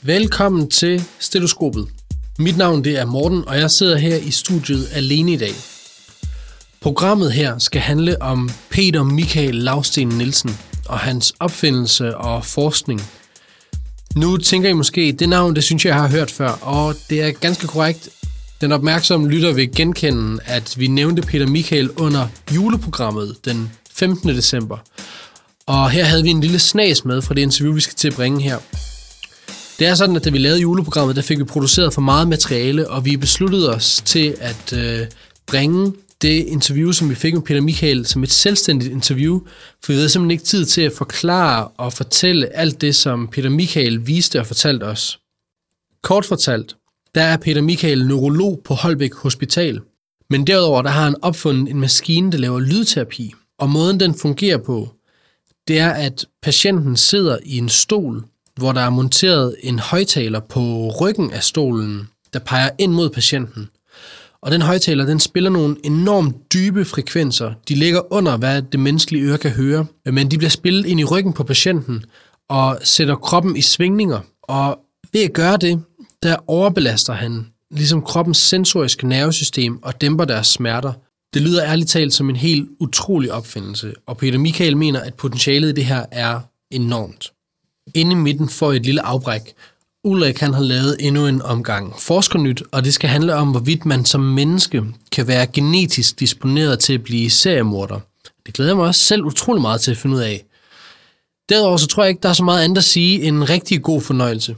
Velkommen til Stetoskopet. Mit navn det er Morten, og jeg sidder her i studiet alene i dag. Programmet her skal handle om Peter Michael Lausten Nielsen og hans opfindelse og forskning. Nu tænker I måske, det navn, det synes jeg har hørt før, og det er ganske korrekt. Den opmærksomme lytter vil genkende, at vi nævnte Peter Michael under juleprogrammet den 15. december. Og her havde vi en lille snas med fra det interview, vi skal til at bringe her. Det er sådan, at da vi lavede juleprogrammet, der fik vi produceret for meget materiale, og vi besluttede os til at bringe det interview, som vi fik med Peter Michael, som et selvstændigt interview, for vi havde simpelthen ikke tid til at forklare og fortælle alt det, som Peter Michael viste og fortalte os. Kort fortalt, der er Peter Michael neurolog på Holbæk Hospital, men derudover der har han opfundet en maskine, der laver lydterapi, og måden den fungerer på, det er, at patienten sidder i en stol, hvor der er monteret en højttaler på ryggen af stolen, der peger ind mod patienten. Og den højttaler, den spiller nogle enormt dybe frekvenser. De ligger under, hvad det menneskelige øre kan høre, men de bliver spillet ind i ryggen på patienten og sætter kroppen i svingninger. Og ved at gøre det, der overbelaster han ligesom kroppens sensoriske nervesystem og dæmper deres smerter. Det lyder ærligt talt som en helt utrolig opfindelse, og Peter Michael mener, at potentialet i det her er enormt. Inde i midten får et lille afbræk. Ulrik han har lavet endnu en omgang forskernyt, og det skal handle om, hvorvidt man som menneske kan være genetisk disponeret til at blive seriemorder. Det glæder jeg mig også selv utrolig meget til at finde ud af. Derudover så tror jeg ikke, der er så meget andet at sige end en rigtig god fornøjelse.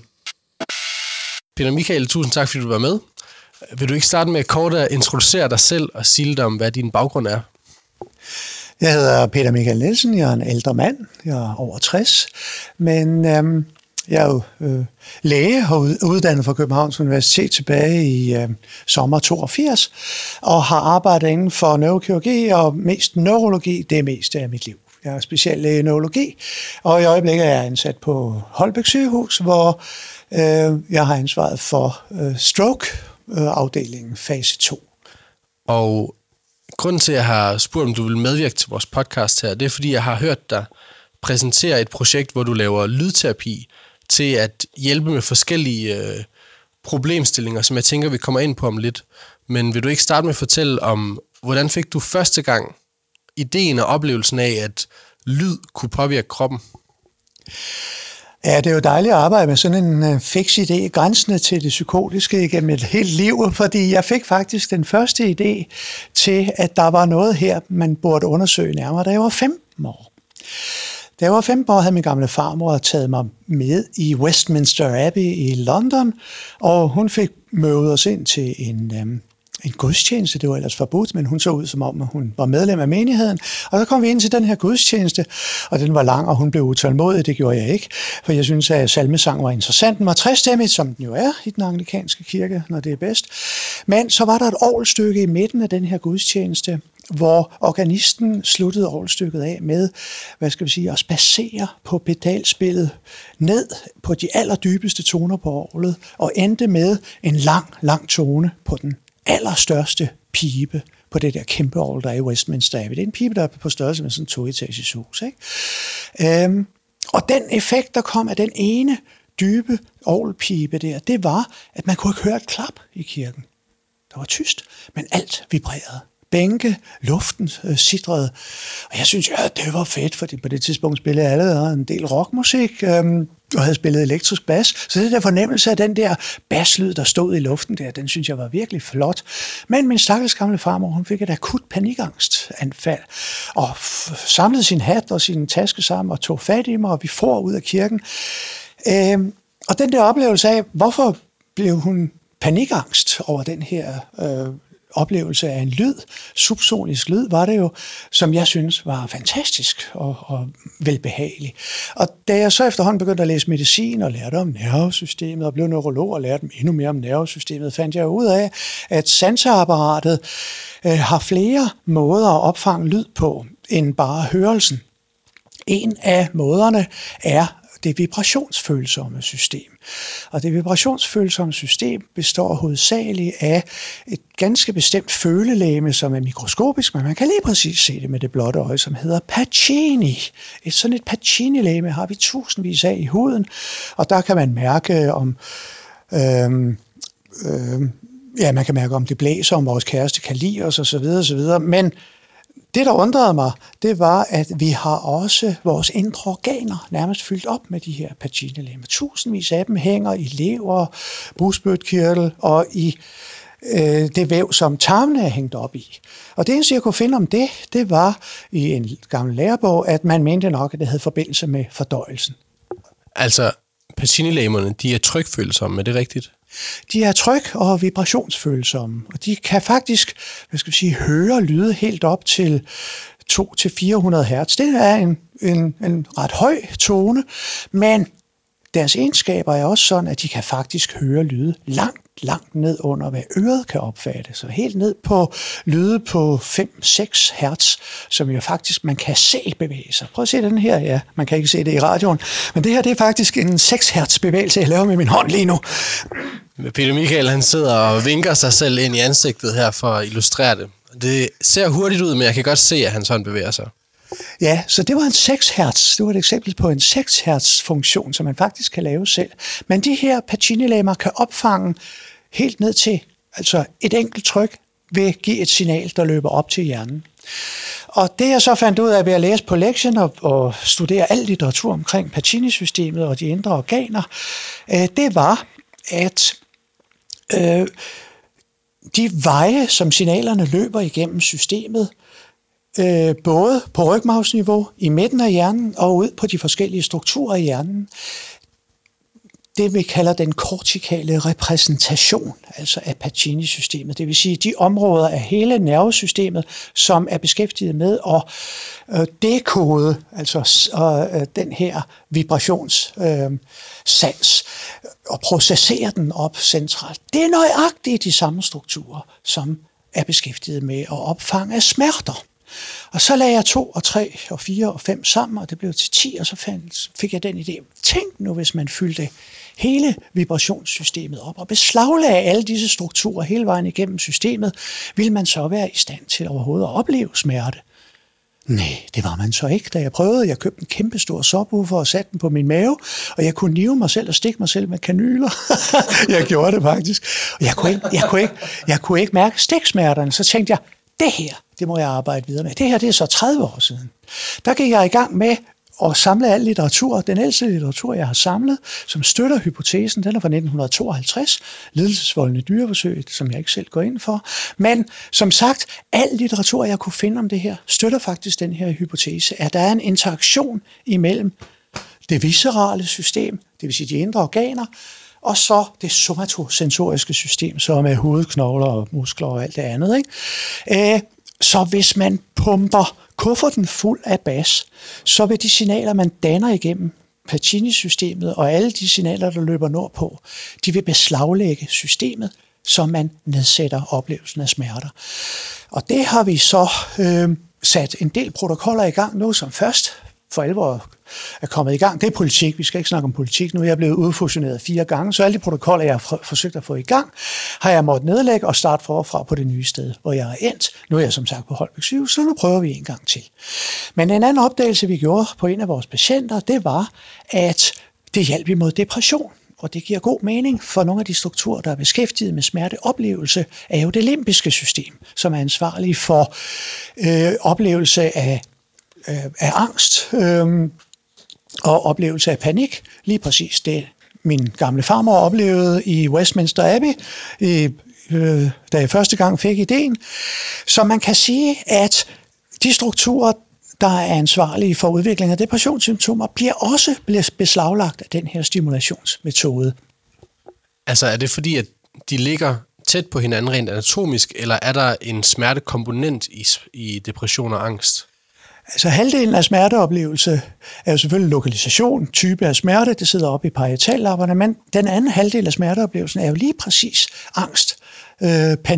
Peter Michael, tusind tak, fordi du var med. Vil du ikke starte med kort at introducere dig selv og sige lidt om, hvad din baggrund er? Jeg hedder Peter Michael Nielsen, jeg er en ældre mand, jeg er over 60, men jeg er jo læge og uddannet fra Københavns Universitet tilbage i sommer 82, og har arbejdet inden for neurokirurgi og mest neurologi det meste af mit liv. Jeg er speciallæge i neurologi, og i øjeblikket er jeg ansat på Holbæk Sygehus, hvor jeg har ansvaret for stroke-afdelingen fase 2. Og grunden til, at jeg har spurgt, om du vil medvirke til vores podcast her, det er, fordi jeg har hørt dig præsentere et projekt, hvor du laver lydterapi til at hjælpe med forskellige problemstillinger, som jeg tænker, vi kommer ind på om lidt. Men vil du ikke starte med at fortælle om, hvordan fik du første gang ideen og oplevelsen af, at lyd kunne påvirke kroppen? Ja, det er jo dejligt at arbejde med sådan en fiks idé, grænsende til det psykotiske igennem et helt liv, fordi jeg fik faktisk den første idé til, at der var noget her, man burde undersøge nærmere, da jeg var 15 år. Da jeg var 15 år, havde min gamle farmor taget mig med i Westminster Abbey i London, og hun fik mødet os ind til en gudstjeneste. Det var ellers forbudt, men hun så ud som om, at hun var medlem af menigheden. Og så kom vi ind til den her gudstjeneste, og den var lang, og hun blev utålmodig. Det gjorde jeg ikke, for jeg synes, at salmesang var interessant. Den var trestemmigt, som den jo er i den anglikanske kirke, når det er bedst. Men så var der et orgelstykke i midten af den her gudstjeneste, hvor organisten sluttede orgelstykket af med, at spacere på pedalspillet ned på de allerdybeste toner på orglet, og endte med en lang tone på den allerstørste pibe på det der kæmpe orgel, der er i Westminster Abbey. Det er en pibe, der er på størrelse med sådan en 2-etages hus, ikke? Og den effekt, der kom af den ene dybe orgelpibe der, det var, at man kunne ikke høre et klap i kirken. Der var tyst, men alt vibrerede. Bænke, luften sidrede. Og jeg synes, det var fedt, fordi på det tidspunkt spillede jeg allerede en del rockmusik, og havde spillet elektrisk bas. Så det der fornemmelse af den der baslyd, der stod i luften der, den synes jeg var virkelig flot. Men min stakkels gamle farmor, hun fik et akut panikangstanfald, og samlede sin hat og sin taske sammen og tog fat i mig, og vi for ud af kirken. Og den der oplevelse af, hvorfor blev hun panikangst over den her oplevelse af en lyd, subsonisk lyd, var det jo, som jeg synes var fantastisk og velbehagelig. Og da jeg så efterhånden begyndte at læse medicin og lærte om nervesystemet og blev neurolog og lærte endnu mere om nervesystemet, fandt jeg ud af, at sanseapparatet har flere måder at opfange lyd på end bare hørelsen. En af måderne er det vibrationsfølsomme system. Og det vibrationsfølsomme system består hovedsageligt af et ganske bestemt følelegeme, som er mikroskopisk, men man kan lige præcis se det med det blotte øje, som hedder Pacini. Sådan et Pacini-legeme har vi tusindvis af i huden, og der kan man mærke om... man kan mærke, om det blæser, om vores kæreste kan lide os, osv. Men det, der undrede mig, det var, at vi har også vores indre organer nærmest fyldt op med de her Pacini-legemer. Tusindvis af dem hænger i lever, bugspytkirtel og i det væv, som tarmene er hængt op i. Og det eneste, jeg kunne finde om det var i en gammel lærebog, at man mente nok, at det havde forbindelse med fordøjelsen. Altså, Pacini-legemerne, de er trykfølsomme, er det rigtigt? De er tryk- og vibrationsfølsomme, og de kan faktisk, høre lyde helt op til 200-400 hertz. Det er en ret høj tone, men deres egenskaber er også sådan, at de kan faktisk høre lyde langt ned under, hvad øret kan opfatte. Så helt ned på lyde på 5-6 hertz, som jo faktisk man kan se bevæge sig. Prøv at se den her. Ja, man kan ikke se det i radioen, men det her det er faktisk en 6 hertz bevægelse, jeg laver med min hånd lige nu. Peter Michael, han sidder og vinker sig selv ind i ansigtet her for at illustrere det. Det ser hurtigt ud, men jeg kan godt se, at hans hånd bevæger sig. Ja, så det var en 6 hertz. Det var et eksempel på en 6 hertz funktion, som man faktisk kan lave selv. Men de her Pacini-legemer kan opfange helt ned til, altså et enkelt tryk vil give et signal, der løber op til hjernen. Og det jeg så fandt ud af ved at læse på lektien og studere al litteratur omkring Pacini-systemet og de indre organer, det var, at de veje, som signalerne løber igennem systemet, både på rygmarvsniveau, i midten af hjernen og ud på de forskellige strukturer i hjernen, det vi kalder den kortikale repræsentation, altså af Pacini-systemet. Det vil sige de områder af hele nervesystemet, som er beskæftiget med at dekode, altså den her vibrationssans, og processere den op centralt. Det er nøjagtigt de samme strukturer, som er beskæftiget med at opfange smerter. Og så lagde jeg 2 og 3 og 4 og 5 sammen, og det blev til 10, og så fik jeg den idé. Tænk nu, hvis man fyldte hele vibrationssystemet op og beslaglagde alle disse strukturer hele vejen igennem systemet, ville man så være i stand til overhovedet at opleve smerte? Nej, det var man så ikke, da jeg prøvede. Jeg købte en kæmpe stor subwoofer og satte den på min mave, og jeg kunne nive mig selv og stikke mig selv med kanyler. Jeg gjorde det faktisk. Og jeg kunne ikke mærke stiksmerterne, så tænkte jeg, det her, det må jeg arbejde videre med. Det her, det er så 30 år siden. Der gik jeg i gang med at samle al litteratur. Den ældste litteratur, jeg har samlet, som støtter hypotesen, den er fra 1952, lidelsesvoldende dyreforsøg, som jeg ikke selv går ind for. Men som sagt, al litteratur, jeg kunne finde om det her, støtter faktisk den her hypotese, at der er en interaktion imellem det viscerale system, det vil sige de indre organer, og så det somatosensoriske system, som er hovedknogler og muskler og alt det andet. Ikke? Så hvis man pumper kufferten fuld af bas, så vil de signaler, man danner igennem Pacini-systemet, og alle de signaler, der løber nordpå, de vil beslaglægge systemet, så man nedsætter oplevelsen af smerter. Og det har vi så sat en del protokoller i gang nu, som først for alvor er kommet i gang. Det er politik. Vi skal ikke snakke om politik nu. Jeg er blevet udfusioneret 4 gange, så alle de protokoller, jeg har forsøgt at få i gang, har jeg måttet nedlægge og starte forfra på det nye sted, hvor jeg er endt. Nu er jeg som sagt på Holbæk Sygehus, så nu prøver vi en gang til. Men en anden opdagelse, vi gjorde på en af vores patienter, det var, at det hjalp imod depression. Og det giver god mening, for nogle af de strukturer, der er beskæftiget med smerteoplevelse, er jo det limbiske system, som er ansvarlig for oplevelse af angst og oplevelse af panik. Lige præcis det, min gamle farmor oplevede i Westminster Abbey, da jeg første gang fik ideen. Så man kan sige, at de strukturer, der er ansvarlige for udvikling af depressionssymptomer, bliver også beslaglagt af den her stimulationsmetode. Altså er det fordi, at de ligger tæt på hinanden rent anatomisk, eller er der en smertekomponent i depression og angst? Altså halvdelen af smerteoplevelse er jo selvfølgelig lokalisation, type af smerte, det sidder oppe i parietallapperne, men den anden halvdel af smerteoplevelsen er jo lige præcis angst, panik,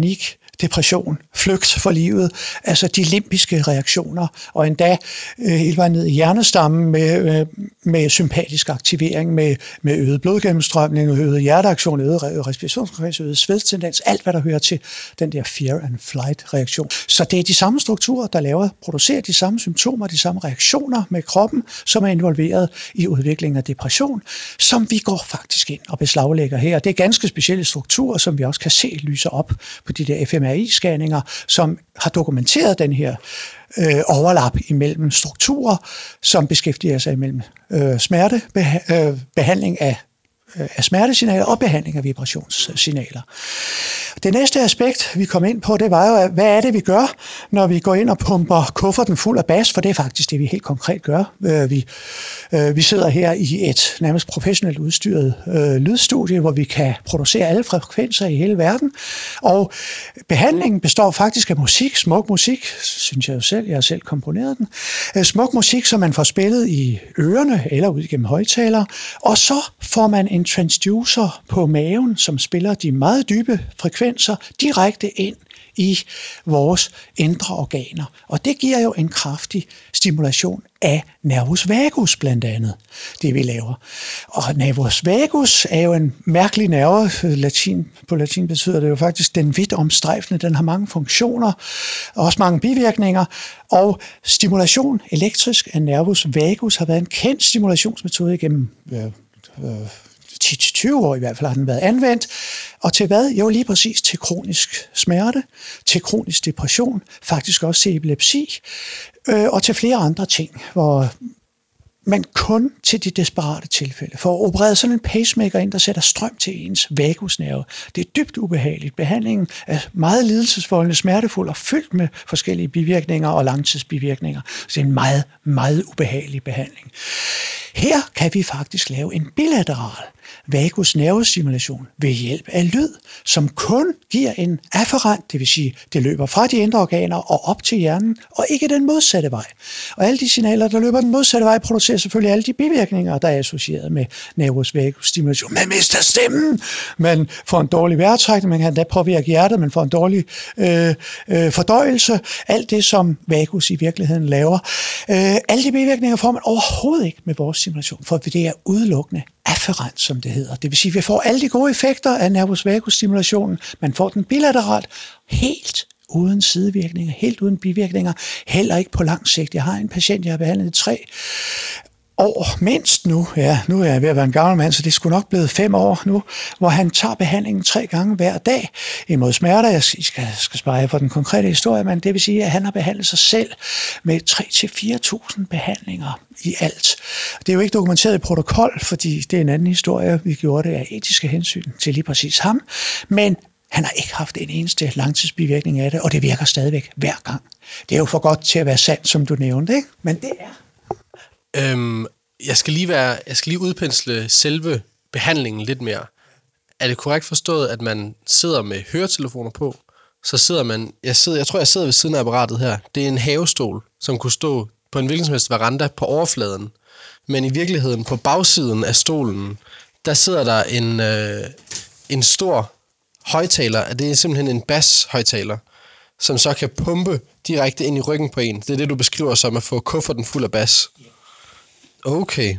depression, frygt for livet, altså de limbiske reaktioner, og endda hele vejen ned i hjernestammen med sympatisk aktivering, med øget blodgennemstrømning, øget hjerteaktion, øget respirationsfrekvens, øget svedtendens, alt hvad der hører til den der fear and flight reaktion. Så det er de samme strukturer, der producerer de samme symptomer, de samme reaktioner med kroppen, som er involveret i udviklingen af depression, som vi går faktisk ind og beslaglægger her. Det er ganske specielle strukturer, som vi også kan se lyser op på de der fMRI-scanninger, som har dokumenteret den her overlap imellem strukturer, som beskæftiger sig imellem behandling af smertesignaler og behandling af vibrationssignaler. Det næste aspekt, vi kom ind på, det var jo, hvad er det, vi gør, når vi går ind og pumper kufferten fuld af bas, for det er faktisk det, vi helt konkret gør. Vi sidder her i et nærmest professionelt udstyret lydstudie, hvor vi kan producere alle frekvenser i hele verden, og behandlingen består faktisk af musik, smuk musik, synes jeg jo selv, jeg har selv komponeret den, smuk musik, som man får spillet i ørerne eller ud gennem højttalere, og så får man en transducer på maven, som spiller de meget dybe frekvenser direkte ind i vores indre organer. Og det giver jo en kraftig stimulation af nervus vagus blandt andet, det vi laver. Og nervus vagus er jo en mærkelig nerve. På latin betyder det jo faktisk den vidt omstrejfende. Den har mange funktioner, og også mange bivirkninger. Og stimulation elektrisk af nervus vagus har været en kendt stimulationsmetode igennem 10-20 år i hvert fald har den været anvendt. Og til hvad? Jo, lige præcis til kronisk smerte, til kronisk depression, faktisk også til epilepsi, og til flere andre ting, hvor man kun til de desperate tilfælde får opereret sådan en pacemaker ind, der sætter strøm til ens vagusnerve. Det er dybt ubehageligt. Behandlingen er meget lidelsesvoldende, smertefuld og fyldt med forskellige bivirkninger og langtidsbivirkninger. Så det er en meget, meget ubehagelig behandling. Her kan vi faktisk lave en bilateral vagusnervestimulation ved hjælp af lyd, som kun giver en afferent, det vil sige, det løber fra de indre organer og op til hjernen, og ikke den modsatte vej. Og alle de signaler, der løber den modsatte vej, producerer selvfølgelig alle de bivirkninger, der er associeret med nervus vagus stimulation. Man mister stemmen, man får en dårlig vejrtrækning, man kan endda påvirke hjertet, man får en dårlig fordøjelse. Alt det, som vagus i virkeligheden laver. Alle de bivirkninger får man overhovedet ikke med vores stimulation, for det er udelukkende afferent, som det hedder. Det vil sige, at vi får alle de gode effekter af nervus vagus stimulationen. Man får den bilateralt, helt uden sidevirkninger, helt uden bivirkninger, heller ikke på lang sigt. Jeg har en patient, jeg har behandlet i 3 år mindst nu. Ja, nu er jeg ved at være en gammel mand, så det er sgu nok blevet 5 år nu, hvor han tager behandlingen 3 gange hver dag imod smerter. Jeg skal spare for den konkrete historie, men det vil sige, at han har behandlet sig selv med 3.000-4.000 behandlinger i alt. Det er jo ikke dokumenteret i protokol, fordi det er en anden historie. Vi gjorde det af etiske hensyn til lige præcis ham, men han har ikke haft en eneste langtidsbivirkning af det, og det virker stadigvæk hver gang. Det er jo for godt til at være sandt, som du nævnte, ikke? Men det er. Jeg skal lige udpensle selve behandlingen lidt mere. Er det korrekt forstået, at man sidder med høretelefoner på, så sidder man, jeg tror jeg sidder ved siden af apparatet her. Det er en havestol, som kunne stå på en hvilken som helst veranda på overfladen, men i virkeligheden på bagsiden af stolen, der sidder der en stor højtaler. Det er simpelthen en bas-højtaler, som så kan pumpe direkte ind i ryggen på en. Det er det, du beskriver som at få kufferten fuld af bas. Okay.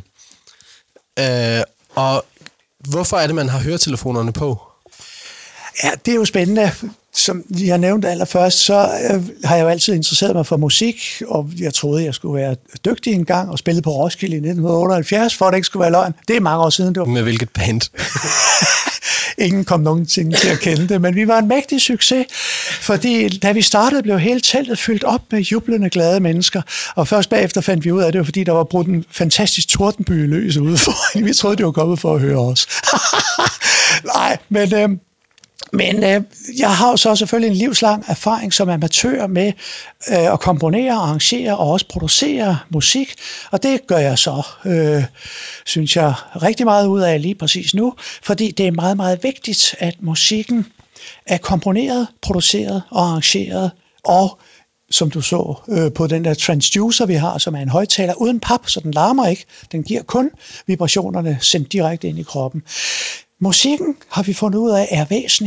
Og hvorfor er det, man har høretelefonerne på? Ja, det er jo spændende. Som jeg nævnte allerførst, så har jeg jo altid interesseret mig for musik, og jeg troede, jeg skulle være dygtig engang og spille på Roskilde i 1978, for at det ikke skulle være løgn. Det er mange år siden. Med hvilket band? Ingen kom nogensinde til at kende det, men vi var en mægtig succes, fordi da vi startede, blev hele teltet fyldt op med jublende, glade mennesker, og først bagefter fandt vi ud af, at det var fordi, der var brudt en fantastisk tordenby løs ude for. Vi troede, det var kommet for at høre os. Nej, men jeg har jo så selvfølgelig en livslang erfaring som amatør med at komponere, arrangere og også producere musik, og det gør jeg så, synes jeg, rigtig meget ud af lige præcis nu, fordi det er meget, meget vigtigt, at musikken er komponeret, produceret og arrangeret, og som du så på den der transducer, vi har, som er en højtaler uden pap, så den larmer ikke. Den giver kun vibrationerne sendt direkte ind i kroppen. Musikken har vi fundet ud af er væsentlig.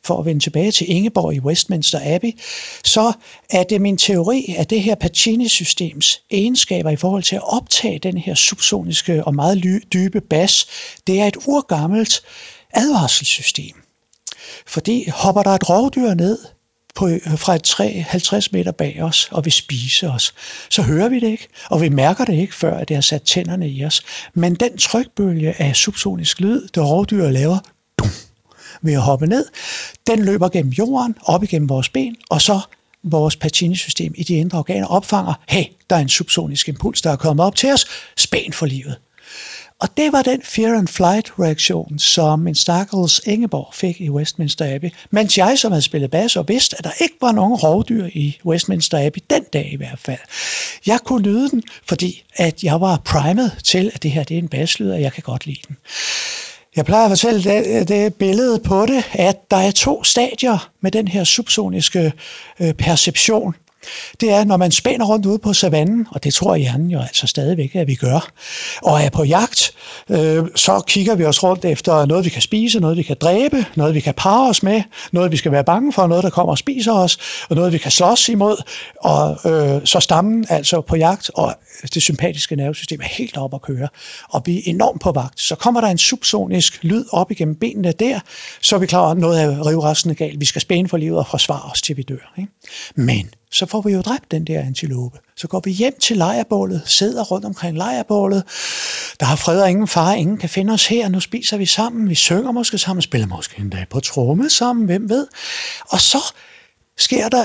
for at vende tilbage til Ingeborg i Westminster Abbey, så er det min teori, at det her Pacini-systems egenskaber i forhold til at optage den her subsoniske og meget dybe bas, det er et urgammelt advarselssystem. Fordi hopper der et rovdyr ned fra et træ 50 meter bag os og vil spise os, så hører vi det ikke, og vi mærker det ikke, før det har sat tænderne i os. Men den trykbølge af subsonisk lyd, det rovdyr laver ved at hoppe ned, den løber gennem jorden, op igennem vores ben, og så vores Pacini-system i de indre organer opfanger, hey, der er en subsonisk impuls, der er kommet op til os, spænd for livet. Og det var den fear and flight reaktion, som en stakkels Ingeborg fik i Westminster Abbey, mens jeg, som havde spillet bas og vidste, at der ikke var nogen rovdyr i Westminster Abbey, den dag i hvert fald. Jeg kunne nyde den, fordi at jeg var primet til, at det her det er en baslyd, og jeg kan godt lide den. Jeg plejer at fortælle det billede på det, at der er 2 stadier med den her subsoniske perception. Det er, når man spænder rundt ude på savannen, og det tror hjernen jo altså stadigvæk, at vi gør, og er på jagt, så kigger vi os rundt efter noget, vi kan spise, noget, vi kan dræbe, noget, vi kan parre os med, noget, vi skal være bange for, noget, der kommer og spiser os, og noget, vi kan slås imod, og så stammen altså på jagt, og det sympatiske nervesystem er helt op at køre, og vi er enormt på vagt. Så kommer der en subsonisk lyd op igennem benene der, så er vi klar over, at noget er rivrasende galt. Vi skal spænde for livet og forsvare os, til vi dør. Ikke? Men så får vi jo dræbt den der antilope. Så går vi hjem til lejrbålet, sidder rundt omkring lejrbålet. Der har fred og ingen fare, ingen kan finde os her. Nu spiser vi sammen, vi synger måske sammen, spiller måske en dag på tromme sammen, hvem ved. Og så sker der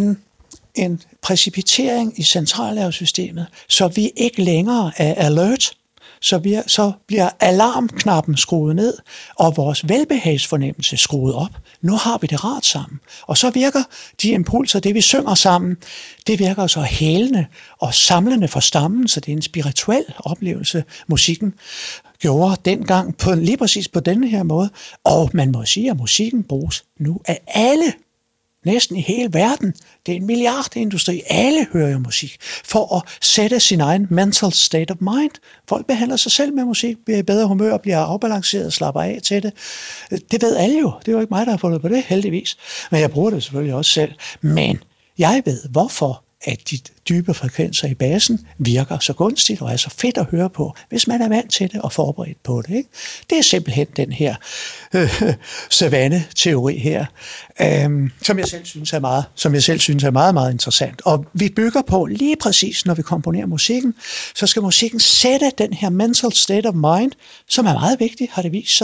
en præcipitering i centralnervesystemet, så vi ikke længere er alert, så bliver alarmknappen skruet ned, og vores velbehagsfornemmelse skruet op. Nu har vi det rart sammen. Og så virker de impulser, det vi synger sammen, det virker så hælende og samlende for stammen, så det er en spirituel oplevelse, musikken gjorde dengang lige præcis på denne her måde. Og man må sige, at musikken bruges nu af alle, næsten i hele verden. Det er en milliardindustri. Alle hører jo musik for at sætte sin egen mental state of mind. Folk behandler sig selv med musik, bliver i bedre humør, bliver afbalanceret og slapper af til det. Det ved alle jo. Det er jo ikke mig, der har fundet på det, heldigvis. Men jeg bruger det selvfølgelig også selv. Men jeg ved, hvorfor at de dybe frekvenser i basen virker så gunstigt og er så fedt at høre på, hvis man er vant til det og forberedt på det. Ikke? Det er simpelthen den her savanne-teori her, som jeg selv synes er meget, meget interessant. Og vi bygger på lige præcis, når vi komponerer musikken, så skal musikken sætte den her mental state of mind, som er meget vigtig, har det vist sig.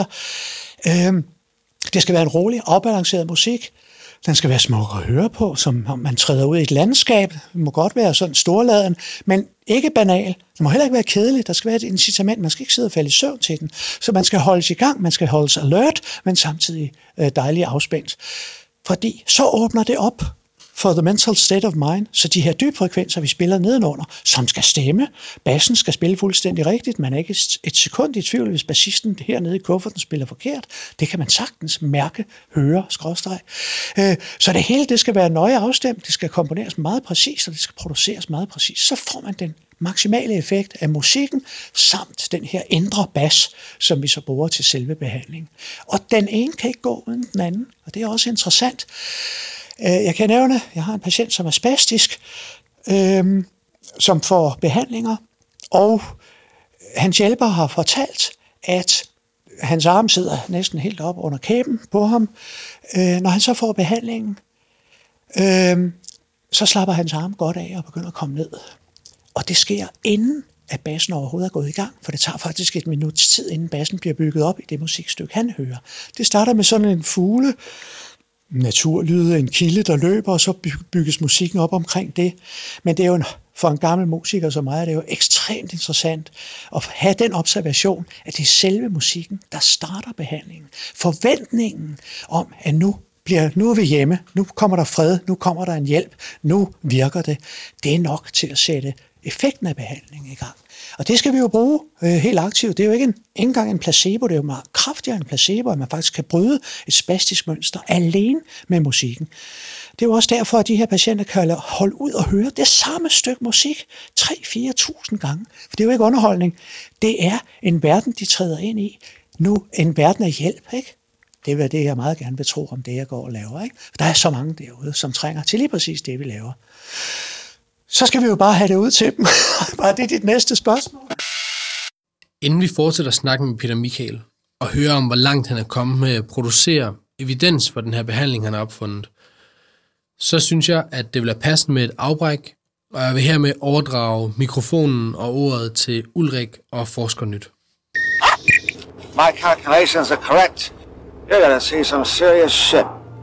Det skal være en rolig, afbalanceret musik. Den skal være smuk at høre på, som om man træder ud i et landskab. Det må godt være sådan storladen, men ikke banal. Det må heller ikke være kedeligt. Der skal være et incitament. Man skal ikke sidde og falde i søvn til den. Så man skal holdes i gang, man skal holdes alert, men samtidig dejligt afspændt. Fordi så åbner det op for the mental state of mind, så de her dybe frekvenser, vi spiller nedenunder, som skal stemme. Bassen skal spille fuldstændig rigtigt. Man er ikke et sekund i tvivl, hvis bassisten hernede i kufferten spiller forkert. Det kan man sagtens mærke, høre, skråstreg. Så det hele, det skal være nøje afstemt, det skal komponeres meget præcist, og det skal produceres meget præcist. Så får man den maksimale effekt af musikken, samt den her indre bas, som vi så bruger til selve behandlingen. Og den ene kan ikke gå uden den anden, og det er også interessant. Jeg kan nævne, jeg har en patient, som er spastisk, som får behandlinger, og hans hjælper har fortalt, at hans arm sidder næsten helt op under kæben på ham. Når han så får behandlingen, så slapper hans arm godt af og begynder at komme ned. Og det sker inden, at bassen overhovedet er gået i gang, for det tager faktisk 1 minuts tid, inden bassen bliver bygget op i det musikstykke, han hører. Det starter med sådan en fugle, naturlyde, en kilde, der løber, og så bygges musikken op omkring det. Men det er jo for en gammel musiker som mig, er det jo ekstremt interessant at have den observation, at det er selve musikken, der starter behandlingen. Forventningen om, at nu er vi hjemme, nu kommer der fred, nu kommer der en hjælp, nu virker det. Det er nok til at sætte effekten af behandlingen i gang. Og det skal vi jo bruge helt aktivt. Det er jo ikke engang en placebo, det er jo meget kraftigere en placebo, at man faktisk kan bryde et spastisk mønster alene med musikken. Det er jo også derfor, at de her patienter kan holde ud og høre det samme stykke musik 3-4.000 gange. For det er jo ikke underholdning. Det er en verden, de træder ind i. Nu en verden af hjælp, ikke? Det er det, jeg meget gerne vil tro om det, jeg går og laver. Ikke? For der er så mange derude, som trænger til lige præcis det, vi laver. Så skal vi jo bare have det ud til dem. Bare det er dit næste spørgsmål. Inden vi fortsætter snakken med Peter Michael og hører om, hvor langt han er kommet med at producere evidens for den her behandling, han har opfundet, så synes jeg, at det vil være passende med et afbræk, og jeg vil hermed overdrage mikrofonen og ordet til Ulrik og Forskernyt. My calculations are correct. You're gonna see some serious shit.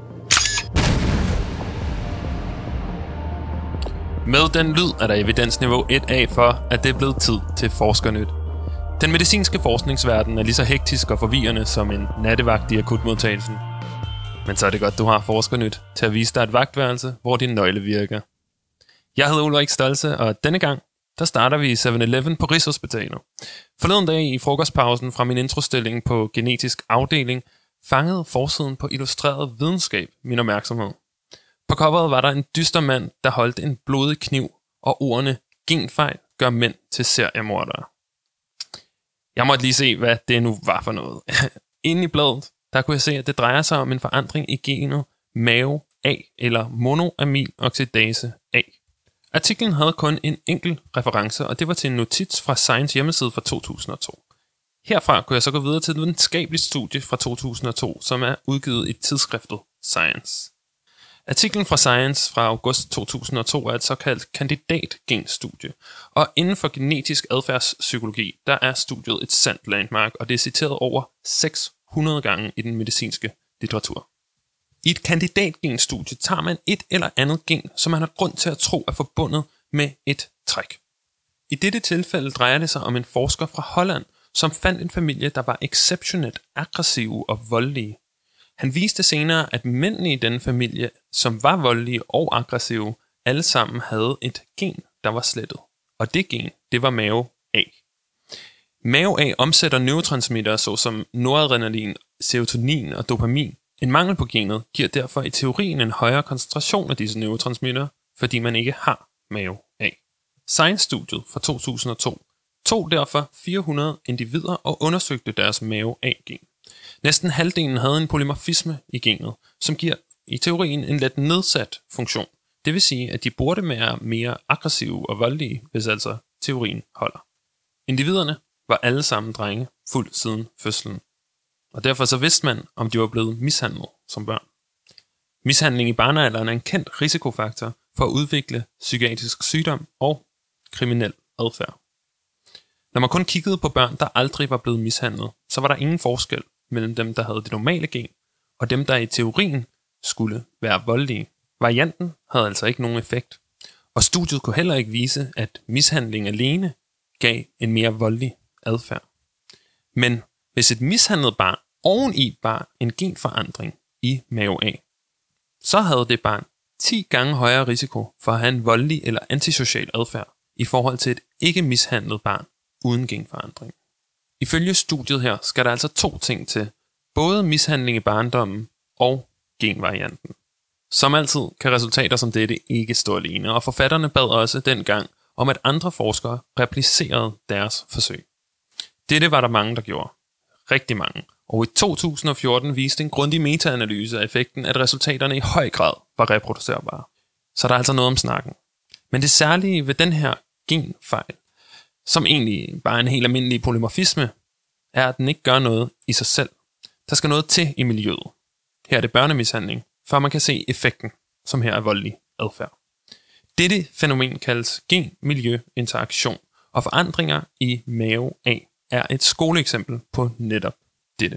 Med den lyd er der evidensniveau 1A for, at det er blevet tid til Forskernyt. Den medicinske forskningsverden er lige så hektisk og forvirrende som en nattevagt i akutmodtagelsen. Men så er det godt, du har Forskernyt til at vise dig et vagtværelse, hvor din nøgle virker. Jeg hedder Ulrik Stolze, og denne gang, der starter vi i 7-Eleven på Rigshospitalet. Forleden dag i frokostpausen fra min introstilling på genetisk afdeling, fangede forsiden på Illustreret Videnskab min opmærksomhed. På coveret var der en dyster mand, der holdt en blodig kniv, og ordene genfejl gør mænd til seriemordere. Jeg måtte lige se, hvad det nu var for noget. Inde i bladet, der kunne jeg se, at det drejer sig om en forandring i genet MAO-A, eller monoaminoxidase A. Artiklen havde kun en enkelt reference, og det var til en notits fra Science hjemmeside fra 2002. Herfra kunne jeg så gå videre til et videnskabeligt studie fra 2002, som er udgivet i tidsskriftet Science. Artiklen fra Science fra august 2002 er et såkaldt kandidatgenstudie, og inden for genetisk adfærdspsykologi, der er studiet et sandt landmark, og det er citeret over 600 gange i den medicinske litteratur. I et kandidatgenstudie tager man et eller andet gen, som man har grund til at tro er forbundet med et træk. I dette tilfælde drejer det sig om en forsker fra Holland, som fandt en familie, der var exceptionelt aggressive og voldelige. Han viste senere, at mændene i denne familie, som var voldelige og aggressive, alle sammen havde et gen, der var slettet. Og det gen, det var MAO-A. MAO-A omsætter neurotransmittere såsom noradrenalin, serotonin og dopamin. En mangel på genet giver derfor i teorien en højere koncentration af disse neurotransmittere, fordi man ikke har MAO-A. Science-studiet fra 2002 tog derfor 400 individer og undersøgte deres MAO-A-gen. Næsten halvdelen havde en polymorfisme i genet, som giver i teorien en let nedsat funktion. Det vil sige, at de burde være mere aggressive og voldelige, hvis altså teorien holder. Individerne var alle sammen drenge, fuldt siden fødslen. Og derfor så vidste man, om de var blevet mishandlet som børn. Mishandling i barnealderen er en kendt risikofaktor for at udvikle psykiatrisk sygdom og kriminel adfærd. Når man kun kiggede på børn, der aldrig var blevet mishandlet, så var der ingen forskel mellem dem, der havde det normale gen, og dem, der i teorien skulle være voldelige. Varianten havde altså ikke nogen effekt, og studiet kunne heller ikke vise, at mishandling alene gav en mere voldelig adfærd. Men hvis et mishandlet barn oveni bar en genforandring i MAO-A, så havde det barn 10 gange højere risiko for at have en voldelig eller antisocial adfærd i forhold til et ikke mishandlet barn uden genforandring. Ifølge studiet her skal der altså 2 ting til, både mishandling i barndommen og genvarianten. Som altid kan resultater som dette ikke stå alene, og forfatterne bad også dengang om, at andre forskere replicerede deres forsøg. Dette var der mange, der gjorde. Rigtig mange. Og i 2014 viste en grundig metaanalyse af effekten, at resultaterne i høj grad var reproducerbare. Så der er altså noget om snakken. Men det særlige ved den her genfejl, som egentlig bare er en helt almindelig polymorfisme, er, at den ikke gør noget i sig selv. Der skal noget til i miljøet. Her er det børnemishandling, før man kan se effekten, som her er voldelig adfærd. Dette fænomen kaldes gen-miljø-interaktion, og forandringer i MAO-A er et skoleeksempel på netop dette.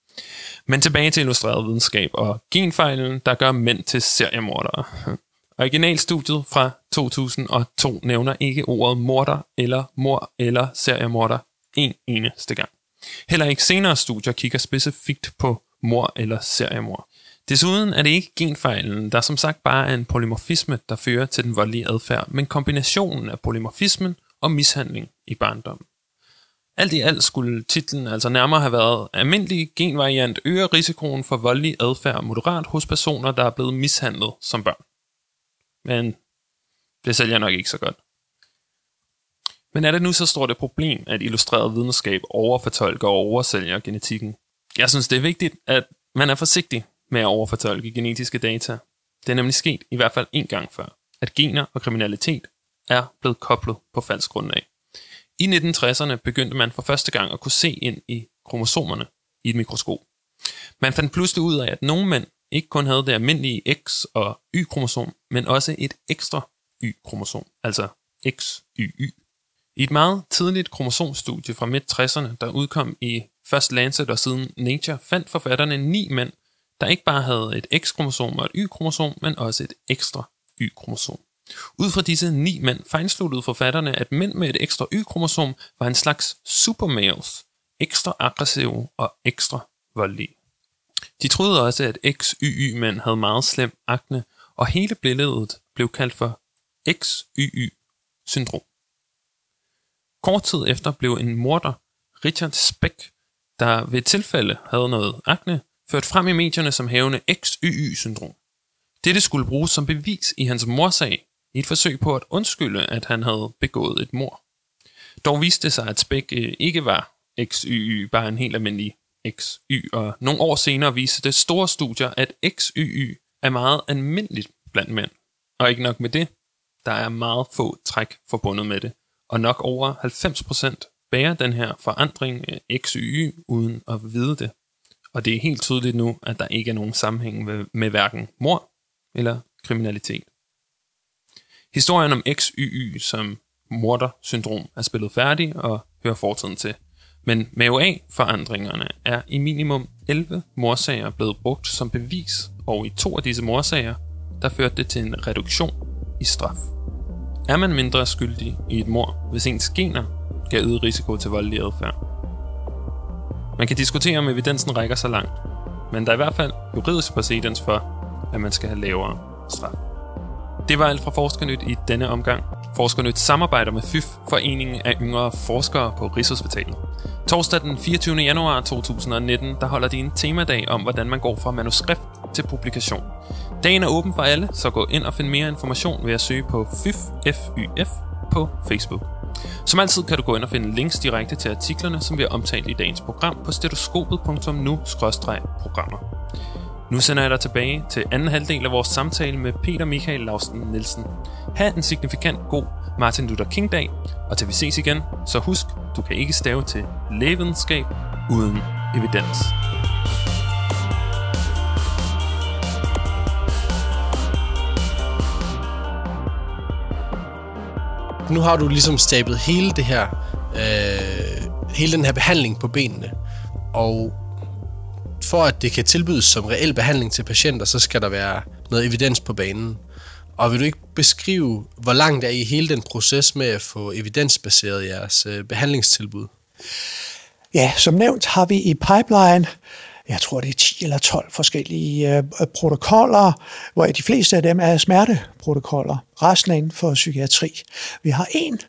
Men tilbage til Illustreret Videnskab og genfejlen, der gør mænd til seriemordere. Originalstudiet fra 2002 nævner ikke ordet morder eller mor eller seriemorder en eneste gang. Heller ikke senere studier kigger specifikt på mor eller seriemord. Desuden er det ikke genfejlen, der som sagt bare er en polymorfisme, der fører til den voldelige adfærd, men kombinationen af polymorfismen og mishandling i barndommen. Alt i alt skulle titlen altså nærmere have været almindelig genvariant øger risikoen for voldelig adfærd moderat hos personer, der er blevet mishandlet som børn. Men det sælger nok ikke så godt. Men er det nu så stort et problem, at Illustreret Videnskab overfortolker og oversælger genetikken? Jeg synes, det er vigtigt, at Man er forsigtig med at overfortolke genetiske data. Det er nemlig sket i hvert fald en gang før, at gener og kriminalitet er blevet koblet på falsk grundlag. I 1960'erne begyndte man for første gang at kunne se ind i kromosomerne i et mikroskop. Man fandt pludselig ud af, at nogle mænd ikke kun havde det almindelige X- og Y-kromosom, men også et ekstra Y-kromosom, altså XYY. I et meget tidligt kromosomstudie fra midt-60'erne, der udkom i først Lancet og siden Nature, fandt forfatterne 9 mænd, der ikke bare havde et X-kromosom og et Y-kromosom, men også et ekstra Y-kromosom. Ud fra disse 9 mænd fejlsluttede forfatterne, at mænd med et ekstra Y-kromosom var en slags supermales, ekstra aggressive og ekstra voldelige. De troede også, at XYY-mænd havde meget slem akne, og hele billedet blev kaldt for XYY-syndrom. Kort tid efter blev en morder, Richard Speck, der ved et tilfælde havde noget akne, ført frem i medierne som havende XYY-syndrom. Dette skulle bruges som bevis i hans mordsag, i et forsøg på at undskylde, at han havde begået et mord. Dog viste det sig, at Speck ikke var XYY, bare en helt almindelig XY, og nogle år senere viste det store studier, at XYY er meget almindeligt blandt mænd. Og ikke nok med det, der er meget få træk forbundet med det, og nok over 90% bærer den her forandring XYY uden at vide det. Og det er helt tydeligt nu, at der ikke er nogen sammenhæng med hverken mord eller kriminalitet. Historien om XYY som mordersyndrom er spillet færdig og hører fortiden til. Men MAOA-forandringerne er i minimum 11 mordsager blevet brugt som bevis, og i 2 af disse mordsager, der førte det til en reduktion i straf. Er man mindre skyldig i et mord, hvis ens gener gav øget risiko til voldelig adfærd? Man kan diskutere, om evidensen rækker så langt, men der er i hvert fald juridisk præcedens for, at man skal have lavere straf. Det var alt fra Forskernyt i denne omgang. Forskernyt samarbejder med FYF, Foreningen af Yngre Forskere på Rigshospitalet. Torsdag den 24. januar 2019, der holder de en temadag om, hvordan man går fra manuskript til publikation. Dagen er åben for alle, så gå ind og find mere information ved at søge på FYF på Facebook. Som altid kan du gå ind og finde links direkte til artiklerne, som vi har omtalt i dagens program på stetoskopet.nu/programmer. Nu sender jeg dig tilbage til anden halvdel af vores samtale med Peter Michael Lausten Nielsen. Ha' en signifikant god Martin Luther King-dag, og til vi ses igen, så husk, du kan ikke stave til lægevidenskab uden evidens. Nu har du ligesom stablet hele det her, hele den her behandling på benene, og for at det kan tilbydes som reel behandling til patienter, så skal der være noget evidens på banen. Og vil du ikke beskrive, hvor langt er I hele den proces med at få evidensbaseret jeres behandlingstilbud? Ja, som nævnt har vi i pipeline, jeg tror det er 10 eller 12 forskellige protokoller, hvor de fleste af dem er smerteprotokoller. Resten er inden for psykiatri. Vi har en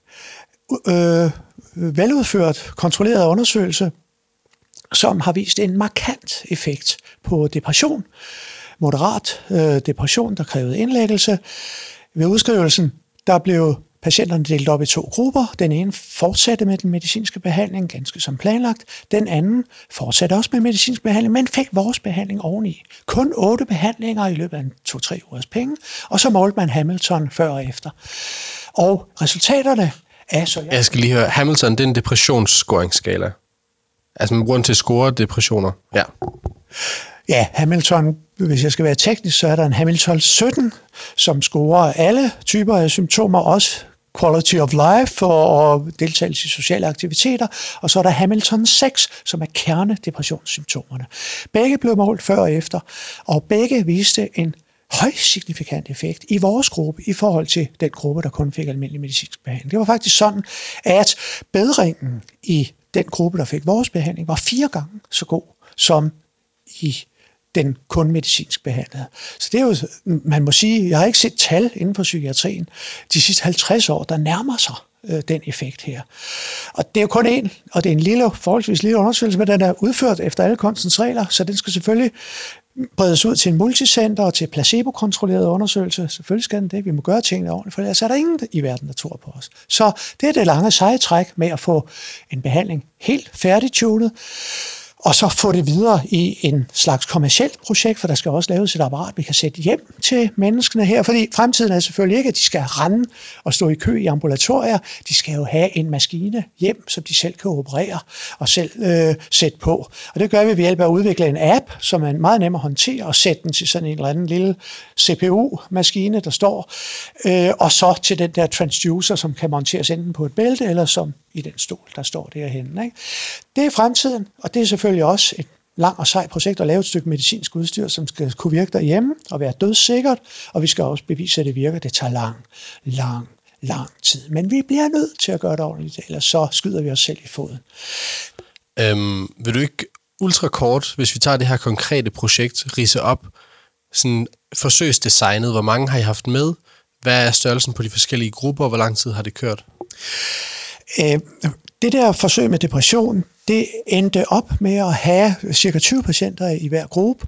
veludført, kontrolleret undersøgelse, som har vist en markant effekt på depression. Moderat depression, der krævede indlæggelse. Ved udskrivelsen, der blev patienterne delt op i 2 grupper. Den ene fortsatte med den medicinske behandling, ganske som planlagt. Den anden fortsatte også med medicinsk behandling, men fik vores behandling oveni. Kun 8 behandlinger i løbet af 2-3 ugers penge, og så målte man Hamilton før og efter. Og resultaterne er så... Jeg skal lige høre, Hamilton, det er en depressionsscoringsskala. Altså man bruger den til at score depressioner. Ja. Ja, Hamilton, hvis jeg skal være teknisk, så er der en Hamilton 17, som scorer alle typer af symptomer, også quality of life og deltagelse i sociale aktiviteter. Og så er der Hamilton 6, som er kernedepressionssymptomerne. Begge blev målt før og efter, og begge viste en højsignifikant effekt i vores gruppe i forhold til den gruppe, der kun fik almindelig medicinsk behandling. Det var faktisk sådan, at bedringen i den gruppe, der fik vores behandling, var 4 gange så god som i den kun medicinsk behandlede. Så det er jo, man må sige, jeg har ikke set tal inden for psykiatrien de sidste 50 år, der nærmer sig den effekt her. Og det er jo kun en, og det er en forholdsvis lille undersøgelse, men den er udført efter alle kunstens regler, så den skal selvfølgelig bredes ud til en multicenter og til placebo-kontrolleret undersøgelse. Selvfølgelig skal den det. Vi må gøre tingene ordentligt, for ellers er der ingen i verden, der tror på os. Så det er det lange seje træk med at få en behandling helt færdigtunet. og så få det videre i en slags kommercielt projekt, for der skal også laves et apparat, vi kan sætte hjem til menneskene her, fordi fremtiden er selvfølgelig ikke, at de skal rende og stå i kø i ambulatorier. De skal jo have en maskine hjem, som de selv kan operere og selv sætte på. Og det gør vi ved hjælp af at udvikle en app, som er meget nem at håndtere, og sætte den til sådan en eller anden lille CPU-maskine, der står, og så til den der transducer, som kan monteres enten på et bælte, eller som i den stol, der står derhenne. Ikke? Det er fremtiden, og det er selvfølgelig også et langt og sejt projekt at lave et stykke medicinsk udstyr, som skal kunne virke derhjemme og være dødssikkert, og vi skal også bevise, at det virker. Det tager lang tid. Men vi bliver nødt til at gøre det ordentligt, ellers så skyder vi os selv i foden. Vil du ikke ultrakort, hvis vi tager det her konkrete projekt, ridse op, sådan forsøgsdesignet, hvor mange har I haft med? Hvad er størrelsen på de forskellige grupper? Hvor lang tid har det kørt? Det der forsøg med depression, det endte op med at have cirka 20 patienter i hver gruppe.